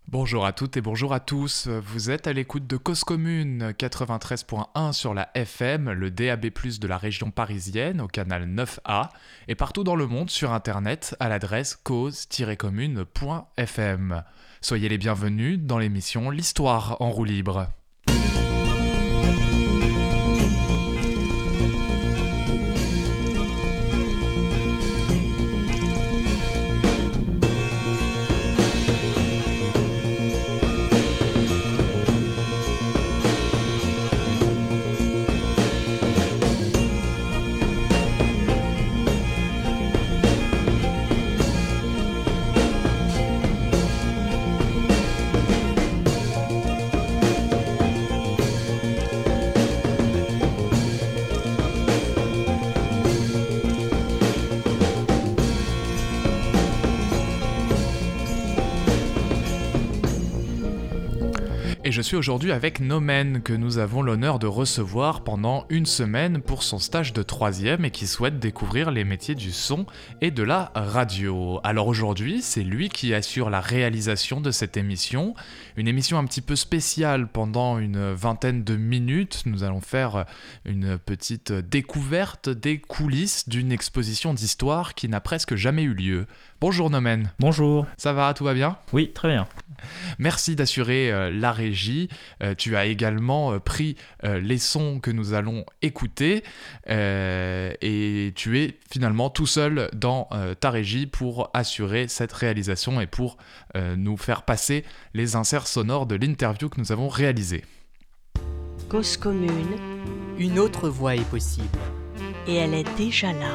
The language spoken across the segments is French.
Bonjour à toutes et bonjour à tous, vous êtes à l'écoute de Cause Commune 93.1 sur la FM, le DAB+, de la région parisienne au canal 9A et partout dans le monde sur internet à l'adresse cause-commune.fm. Soyez les bienvenus dans l'émission L'Histoire en roue libre. Et je suis aujourd'hui avec Nomen, que nous avons l'honneur de recevoir pendant une semaine pour son stage de 3e et qui souhaite découvrir les métiers du son et de la radio. Alors aujourd'hui, c'est lui qui assure la réalisation de cette émission, une émission un petit peu spéciale pendant une vingtaine de minutes. Nous allons faire une petite découverte des coulisses d'une exposition d'histoire qui n'a presque jamais eu lieu. Bonjour Nomen. Bonjour. Ça va, tout va bien ? Oui, très bien. Merci d'assurer la régie. Tu as également pris les sons que nous allons écouter et tu es finalement tout seul dans ta régie pour assurer cette réalisation et pour nous faire passer les inserts sonores de l'interview que nous avons réalisée. Cause commune, Une autre voie est possible. et elle est déjà là.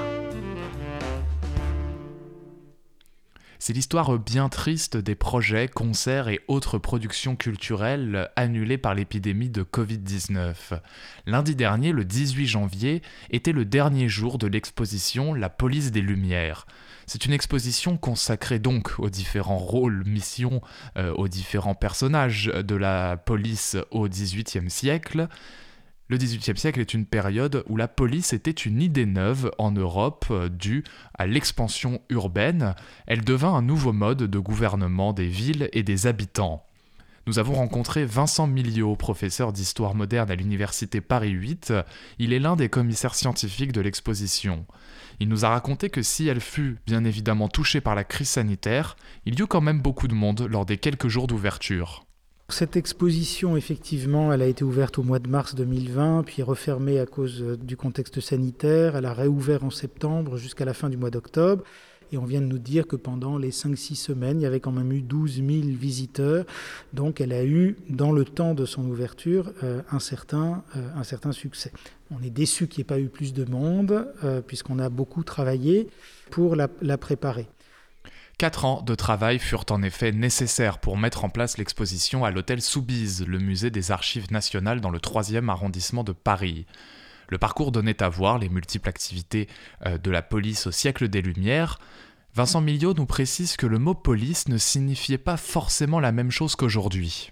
C'est l'histoire bien triste des projets, concerts et autres productions culturelles annulées par l'épidémie de Covid-19. Lundi dernier, le 18 janvier, était le dernier jour de l'exposition La Police des Lumières. C'est une exposition consacrée donc aux différents rôles, missions, aux différents personnages de la police au XVIIIe siècle. Le XVIIIe siècle est une période où la police était une idée neuve en Europe due à l'expansion urbaine. Elle devint un nouveau mode de gouvernement des villes et des habitants. Nous avons rencontré Vincent Milliot, professeur d'histoire moderne à l'université Paris 8. Il est l'un des commissaires scientifiques de l'exposition. Il nous a raconté que si elle fut bien évidemment touchée par la crise sanitaire, il y eut quand même beaucoup de monde lors des quelques jours d'ouverture. Cette exposition, effectivement, elle a été ouverte au mois de mars 2020, puis refermée à cause du contexte sanitaire. Elle a réouvert en septembre jusqu'à la fin du mois d'octobre. Et on vient de nous dire que pendant les 5-6 semaines, il y avait quand même eu 12 000 visiteurs. Donc elle a eu, dans le temps de son ouverture, un certain succès. On est déçus qu'il n'y ait pas eu plus de monde, puisqu'on a beaucoup travaillé pour la préparer. 4 ans de travail furent en effet nécessaires pour mettre en place l'exposition à l'hôtel Soubise, le musée des Archives nationales dans le 3e arrondissement de Paris. Le parcours donnait à voir les multiples activités de la police au siècle des Lumières. Vincent Milliot nous précise que le mot police ne signifiait pas forcément la même chose qu'aujourd'hui.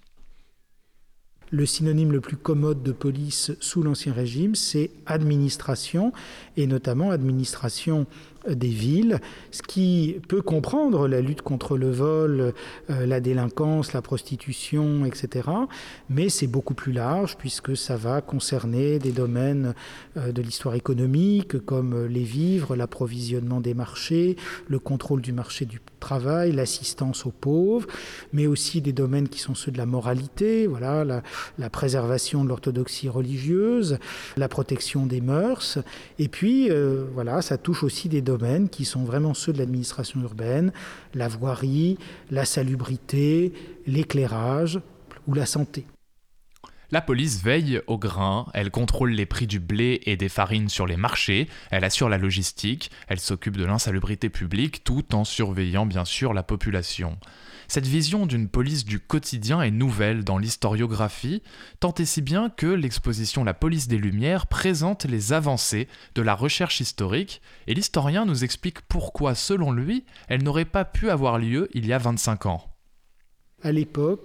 Le synonyme le plus commode de police sous l'Ancien Régime, c'est administration, et notamment administration des villes, ce qui peut comprendre la lutte contre le vol, la délinquance, la prostitution, etc. Mais c'est beaucoup plus large puisque ça va concerner des domaines de l'histoire économique comme les vivres, l'approvisionnement des marchés, le contrôle du marché du travail, l'assistance aux pauvres, mais aussi des domaines qui sont ceux de la moralité, voilà, la préservation de l'orthodoxie religieuse, la protection des mœurs, et puis voilà, ça touche aussi des domaines qui sont vraiment ceux de l'administration urbaine, la voirie, la salubrité, l'éclairage ou la santé. La police veille au grain, elle contrôle les prix du blé et des farines sur les marchés, elle assure la logistique, elle s'occupe de l'insalubrité publique tout en surveillant bien sûr la population. Cette vision d'une police du quotidien est nouvelle dans l'historiographie, tant et si bien que l'exposition La Police des Lumières présente les avancées de la recherche historique et l'historien nous explique pourquoi, selon lui, elle n'aurait pas pu avoir lieu il y a 25 ans. À l'époque,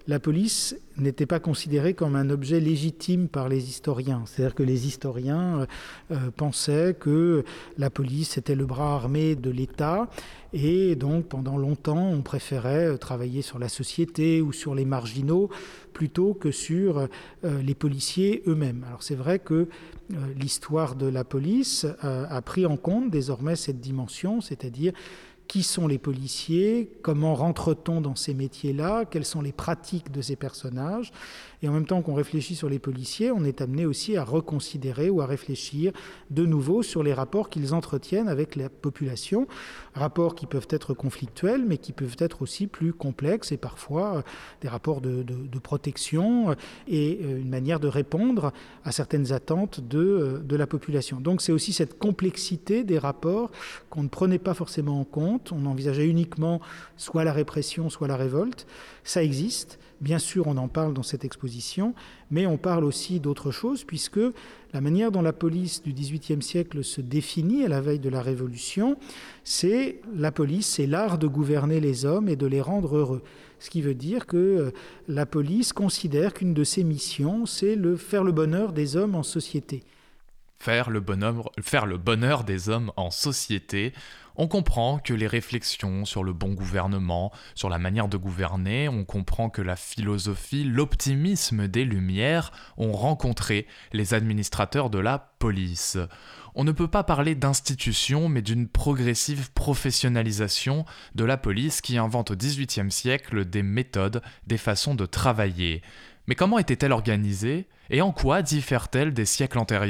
la police n'était pas considérée comme un objet légitime par les historiens. C'est-à-dire que les historiens pensaient que la police était le bras armé de l'État et donc pendant longtemps on préférait travailler sur la société ou sur les marginaux plutôt que sur les policiers eux-mêmes. Alors c'est vrai que l'histoire de la police a pris en compte désormais cette dimension, c'est-à-dire qui sont les policiers, comment rentre-t-on dans ces métiers-là, quelles sont les pratiques de ces personnages. Et en même temps qu'on réfléchit sur les policiers, on est amené aussi à reconsidérer ou à réfléchir de nouveau sur les rapports qu'ils entretiennent avec la population. Rapports qui peuvent être conflictuels, mais qui peuvent être aussi plus complexes et parfois des rapports de protection et une manière de répondre à certaines attentes de la population. Donc c'est aussi cette complexité des rapports qu'on ne prenait pas forcément en compte. On envisageait uniquement soit la répression, soit la révolte. Ça existe. Bien sûr, on en parle dans cette exposition, mais on parle aussi d'autre chose, puisque la manière dont la police du XVIIIe siècle se définit à la veille de la Révolution, c'est la police, c'est l'art de gouverner les hommes et de les rendre heureux. Ce qui veut dire que la police considère qu'une de ses missions, c'est faire le bonheur des hommes en société. Faire le bonheur des hommes en société. On comprend que les réflexions sur le bon gouvernement, sur la manière de gouverner, on comprend que la philosophie, l'optimisme des Lumières ont rencontré les administrateurs de la police. On ne peut pas parler d'institution, mais d'une progressive professionnalisation de la police qui invente au XVIIIe siècle des méthodes, des façons de travailler. Mais comment était-elle organisée et en quoi diffère-t-elle des siècles antérieurs ?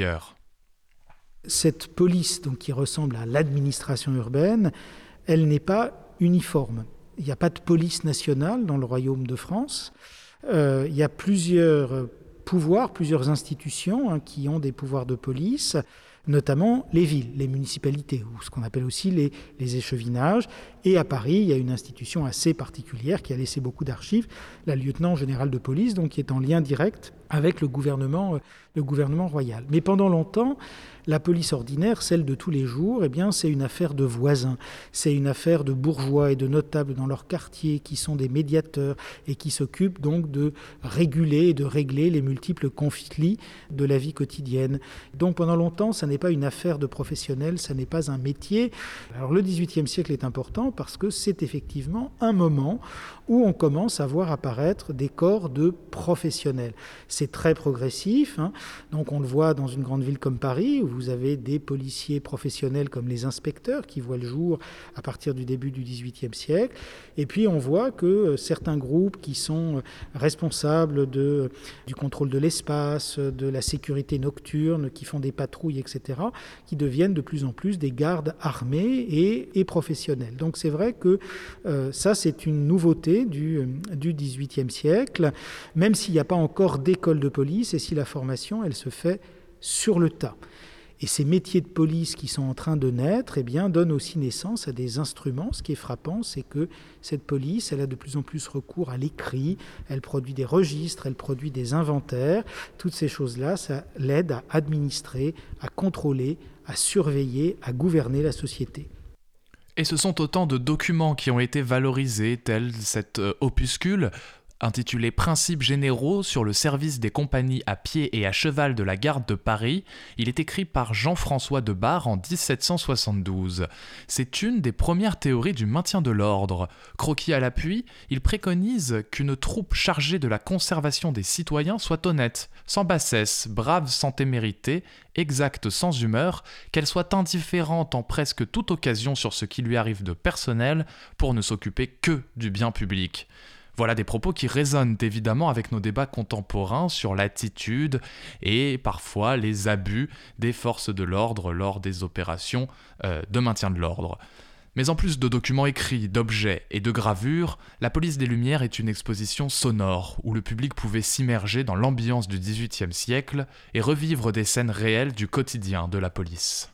Cette police donc, qui ressemble à l'administration urbaine, elle n'est pas uniforme. Il n'y a pas de police nationale dans le royaume de France. Il y a plusieurs pouvoirs, plusieurs institutions qui ont des pouvoirs de police, notamment les villes, les municipalités, ou ce qu'on appelle aussi les échevinages. Et à Paris, il y a une institution assez particulière qui a laissé beaucoup d'archives, la lieutenant générale de police, donc qui est en lien direct avec le gouvernement royal. Mais pendant longtemps, la police ordinaire, celle de tous les jours, c'est une affaire de voisins. C'est une affaire de bourgeois et de notables dans leur quartier qui sont des médiateurs et qui s'occupent donc de réguler et de régler les multiples conflits de la vie quotidienne. Donc pendant longtemps, ça n'est pas une affaire de professionnels, ça n'est pas un métier. Alors le XVIIIe siècle est important parce que c'est effectivement un moment où on commence à voir apparaître des corps de professionnels. C'est très progressif, donc on le voit dans une grande ville comme Paris, où vous avez des policiers professionnels comme les inspecteurs qui voient le jour à partir du début du XVIIIe siècle. Et puis on voit que certains groupes qui sont responsables du contrôle de l'espace, de la sécurité nocturne, qui font des patrouilles, etc., qui deviennent de plus en plus des gardes armés et professionnels. Donc c'est vrai que ça c'est une nouveauté du XVIIIe siècle, même s'il n'y a pas encore d'école de police et si la formation elle se fait sur le tas. Et ces métiers de police qui sont en train de naître donnent aussi naissance à des instruments. Ce qui est frappant, c'est que cette police, elle a de plus en plus recours à l'écrit, elle produit des registres, elle produit des inventaires. Toutes ces choses-là, ça l'aide à administrer, à contrôler, à surveiller, à gouverner la société. Et ce sont autant de documents qui ont été valorisés, tel cet opuscule intitulé « Principes généraux sur le service des compagnies à pied et à cheval de la garde de Paris ». Il est écrit par Jean-François de Bar en 1772. C'est une des premières théories du maintien de l'ordre. Croquis à l'appui, il préconise qu'une troupe chargée de la conservation des citoyens soit honnête, sans bassesse, brave sans témérité, exacte sans humeur, qu'elle soit indifférente en presque toute occasion sur ce qui lui arrive de personnel pour ne s'occuper que du bien public. Voilà des propos qui résonnent évidemment avec nos débats contemporains sur l'attitude et parfois les abus des forces de l'ordre lors des opérations de maintien de l'ordre. Mais en plus de documents écrits, d'objets et de gravures, la Police des Lumières est une exposition sonore où le public pouvait s'immerger dans l'ambiance du XVIIIe siècle et revivre des scènes réelles du quotidien de la police.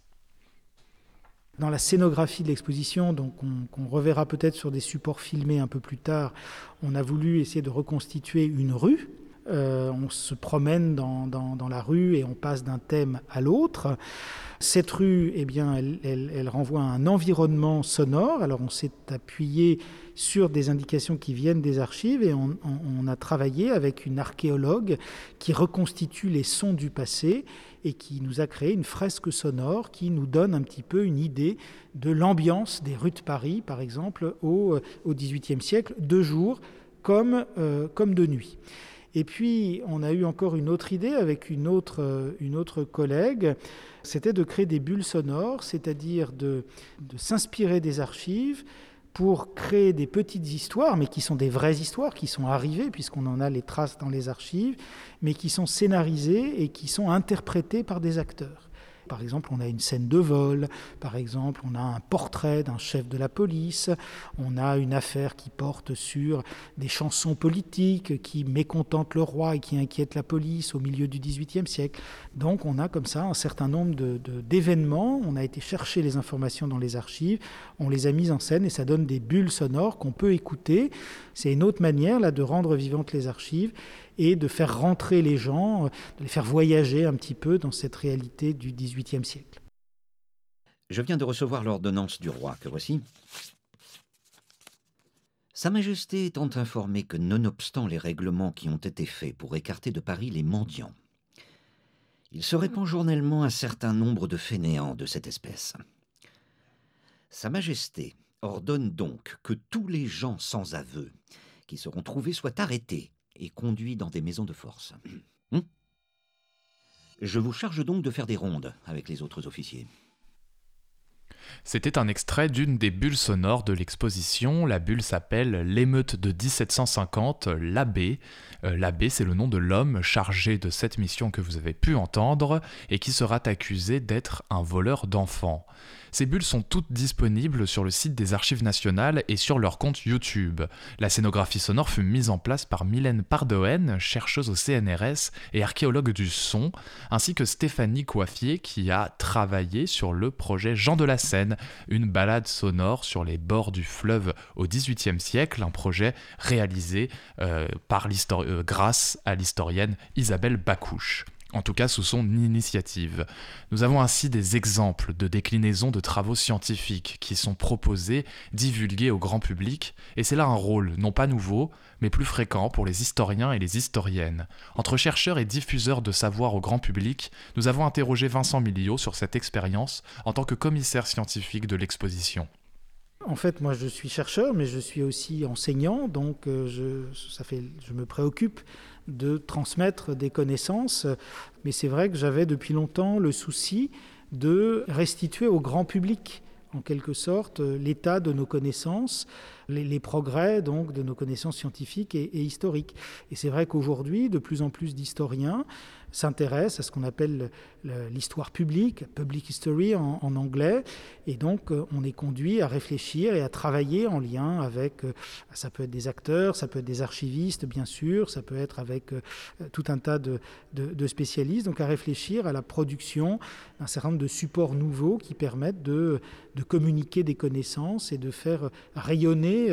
Dans la scénographie de l'exposition, donc qu'on reverra peut-être sur des supports filmés un peu plus tard, on a voulu essayer de reconstituer une rue On se promène dans la rue et on passe d'un thème à l'autre. Cette rue, eh bien, elle renvoie à un environnement sonore. Alors on s'est appuyé sur des indications qui viennent des archives et on a travaillé avec une archéologue qui reconstitue les sons du passé et qui nous a créé une fresque sonore qui nous donne un petit peu une idée de l'ambiance des rues de Paris, par exemple, au XVIIIe siècle, de jour comme de nuit. Et puis, on a eu encore une autre idée avec une autre collègue, c'était de créer des bulles sonores, c'est-à-dire de s'inspirer des archives pour créer des petites histoires, mais qui sont des vraies histoires, qui sont arrivées, puisqu'on en a les traces dans les archives, mais qui sont scénarisées et qui sont interprétées par des acteurs. Par exemple, on a une scène de vol, par exemple, on a un portrait d'un chef de la police, on a une affaire qui porte sur des chansons politiques qui mécontentent le roi et qui inquiètent la police au milieu du XVIIIe siècle. Donc on a comme ça un certain nombre d'événements, on a été chercher les informations dans les archives, on les a mises en scène et ça donne des bulles sonores qu'on peut écouter. C'est une autre manière là, de rendre vivantes les archives et de faire rentrer les gens, de les faire voyager un petit peu dans cette réalité du XVIIIe siècle. Je viens de recevoir l'ordonnance du roi, que voici. Sa Majesté étant informée que, nonobstant les règlements qui ont été faits pour écarter de Paris les mendiants, il se répand journellement un certain nombre de fainéants de cette espèce. Sa Majesté ordonne donc que tous les gens sans aveu qui seront trouvés soient arrêtés et conduits dans des maisons de force. Je vous charge donc de faire des rondes avec les autres officiers. C'était un extrait d'une des bulles sonores de l'exposition. La bulle s'appelle « L'émeute de 1750, l'abbé ». L'abbé, c'est le nom de l'homme chargé de cette mission que vous avez pu entendre et qui sera accusé d'être un voleur d'enfants. Ces bulles sont toutes disponibles sur le site des Archives nationales et sur leur compte YouTube. La scénographie sonore fut mise en place par Mylène Pardoen, chercheuse au CNRS et archéologue du son, ainsi que Stéphanie Coiffier qui a travaillé sur le projet Jean de la Seine, une balade sonore sur les bords du fleuve au XVIIIe siècle, un projet réalisé grâce à l'historienne Isabelle Bacouche. En tout cas sous son initiative. Nous avons ainsi des exemples de déclinaisons de travaux scientifiques qui sont proposés, divulgués au grand public, et c'est là un rôle non pas nouveau, mais plus fréquent pour les historiens et les historiennes. Entre chercheurs et diffuseurs de savoir au grand public, nous avons interrogé Vincent Milliot sur cette expérience en tant que commissaire scientifique de l'exposition. En fait, moi, je suis chercheur, mais je suis aussi enseignant, donc je me préoccupe de transmettre des connaissances. Mais c'est vrai que j'avais depuis longtemps le souci de restituer au grand public, en quelque sorte, l'état de nos connaissances, les progrès donc de nos connaissances scientifiques et historiques. Et c'est vrai qu'aujourd'hui, de plus en plus d'historiens s'intéressent à ce qu'on appelle l'histoire publique, public history en anglais, et donc on est conduit à réfléchir et à travailler en lien avec, ça peut être des acteurs, ça peut être des archivistes bien sûr, ça peut être avec tout un tas de spécialistes, donc à réfléchir à la production d'un certain nombre de supports nouveaux qui permettent de communiquer des connaissances et de faire rayonner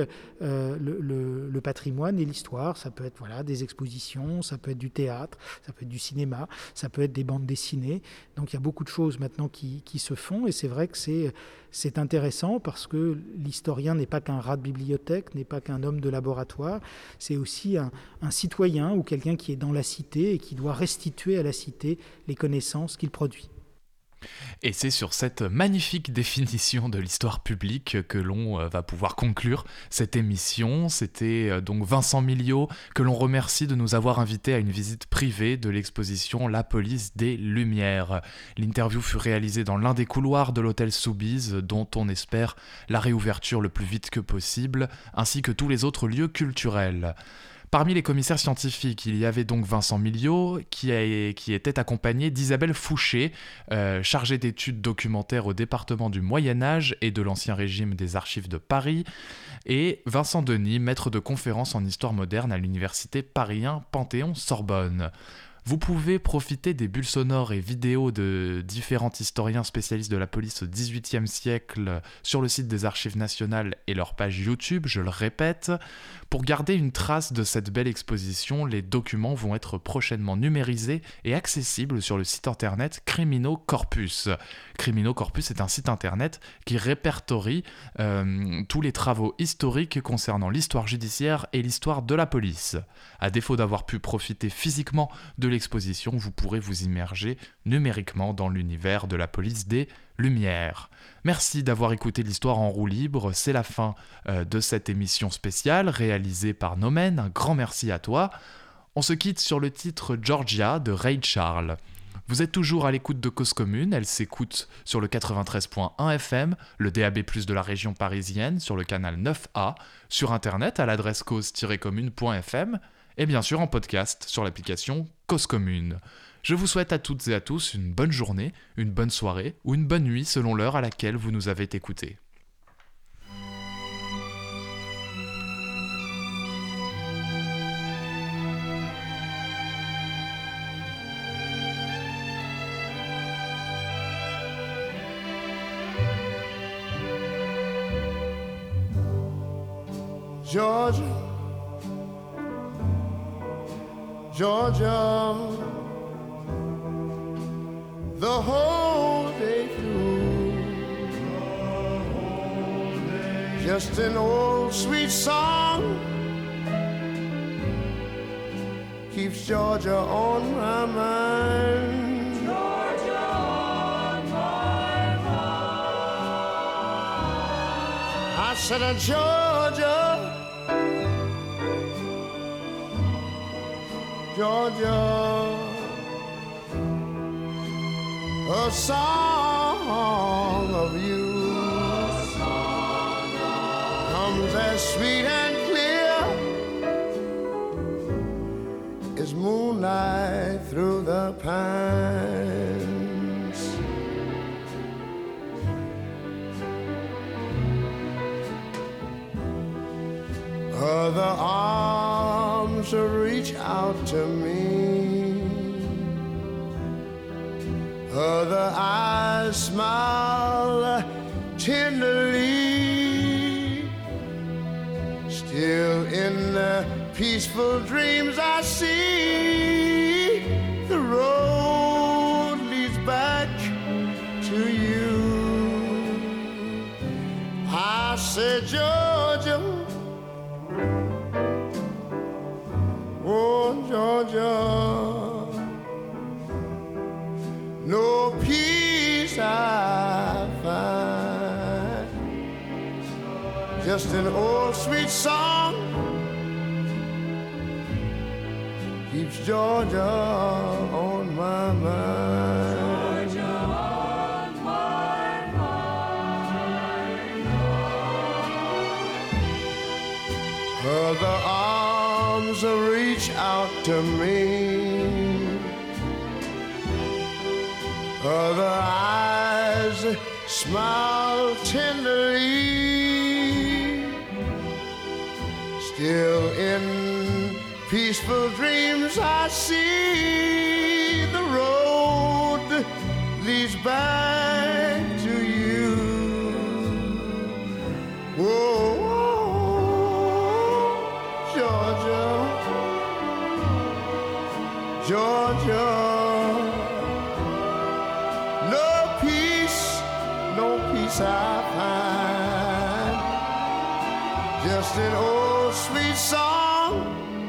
le patrimoine et l'histoire. Ça peut être des expositions, ça peut être du théâtre, ça peut être du cinéma, ça peut être des bandes dessinées. Donc il y a beaucoup de choses maintenant qui se font et c'est vrai que c'est intéressant parce que l'historien n'est pas qu'un rat de bibliothèque, n'est pas qu'un homme de laboratoire, c'est aussi un citoyen ou quelqu'un qui est dans la cité et qui doit restituer à la cité les connaissances qu'il produit. Et c'est sur cette magnifique définition de l'histoire publique que l'on va pouvoir conclure cette émission. C'était donc Vincent Milliot que l'on remercie de nous avoir invités à une visite privée de l'exposition La Police des Lumières. L'interview fut réalisée dans l'un des couloirs de l'hôtel Soubise, dont on espère la réouverture le plus vite que possible, ainsi que tous les autres lieux culturels. Parmi les commissaires scientifiques, il y avait donc Vincent Milliot, qui était accompagné d'Isabelle Fouché, chargée d'études documentaires au département du Moyen-Âge et de l'Ancien Régime des Archives de Paris, et Vincent Denis, maître de conférences en histoire moderne à l'université Paris 1 Panthéon-Sorbonne. Vous pouvez profiter des bulles sonores et vidéos de différents historiens spécialistes de la police au XVIIIe siècle sur le site des Archives nationales et leur page YouTube, je le répète. Pour garder une trace de cette belle exposition, les documents vont être prochainement numérisés et accessibles sur le site internet Criminocorpus. Criminocorpus est un site internet qui répertorie tous les travaux historiques concernant l'histoire judiciaire et l'histoire de la police. À défaut d'avoir pu profiter physiquement de l'exposition, vous pourrez vous immerger numériquement dans l'univers de la police des Lumières. Merci d'avoir écouté l'histoire en roue libre, c'est la fin de cette émission spéciale réalisée par Nomen, un grand merci à toi. On se quitte sur le titre Georgia de Ray Charles. Vous êtes toujours à l'écoute de Cause Commune, elle s'écoute sur le 93.1 FM, le DAB+ de la région parisienne, sur le canal 9A, sur internet à l'adresse cause-commune.fm et bien sûr en podcast sur l'application Cause Commune. Je vous souhaite à toutes et à tous une bonne journée, une bonne soirée ou une bonne nuit selon l'heure à laquelle vous nous avez écoutés. Georgia, Georgia, the whole day through, just an old sweet song keeps Georgia on my mind. Georgia on my mind. I said, Georgia, Georgia, a song of you comes as sweet and clear as moonlight through the pines. Other arms reach out to me, other eyes smile tenderly. Still in the peaceful dreams I see, the road leads back to you. I said, Georgia, oh Georgia, no peace I find, just an old sweet song keeps Georgia on my mind. Georgia on my mind. Other arms reach out to me, other eyes smile tenderly. Still in peaceful dreams I see, the road leads back to you. Whoa, Georgia, Georgia, I find, just an old sweet song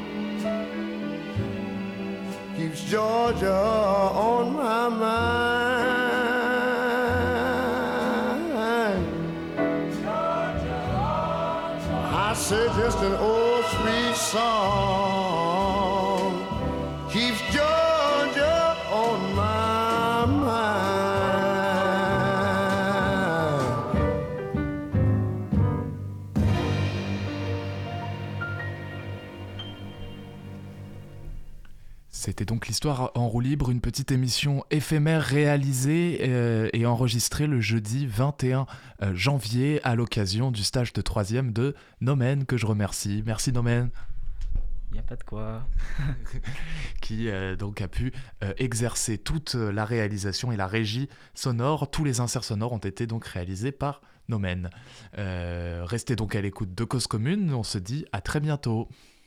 keeps Georgia on my mind. Georgia on my mind. I say just an old sweet song keeps Georgia on my mind. C'était donc l'histoire en roue libre, une petite émission éphémère réalisée et enregistrée le jeudi 21 janvier à l'occasion du stage de 3e de Nomen, que je remercie. Merci Nomen. Il n'y a pas de quoi. qui donc a pu exercer toute la réalisation et la régie sonore. Tous les inserts sonores ont été donc réalisés par Nomen. Restez donc à l'écoute de Cause Commune. On se dit à très bientôt.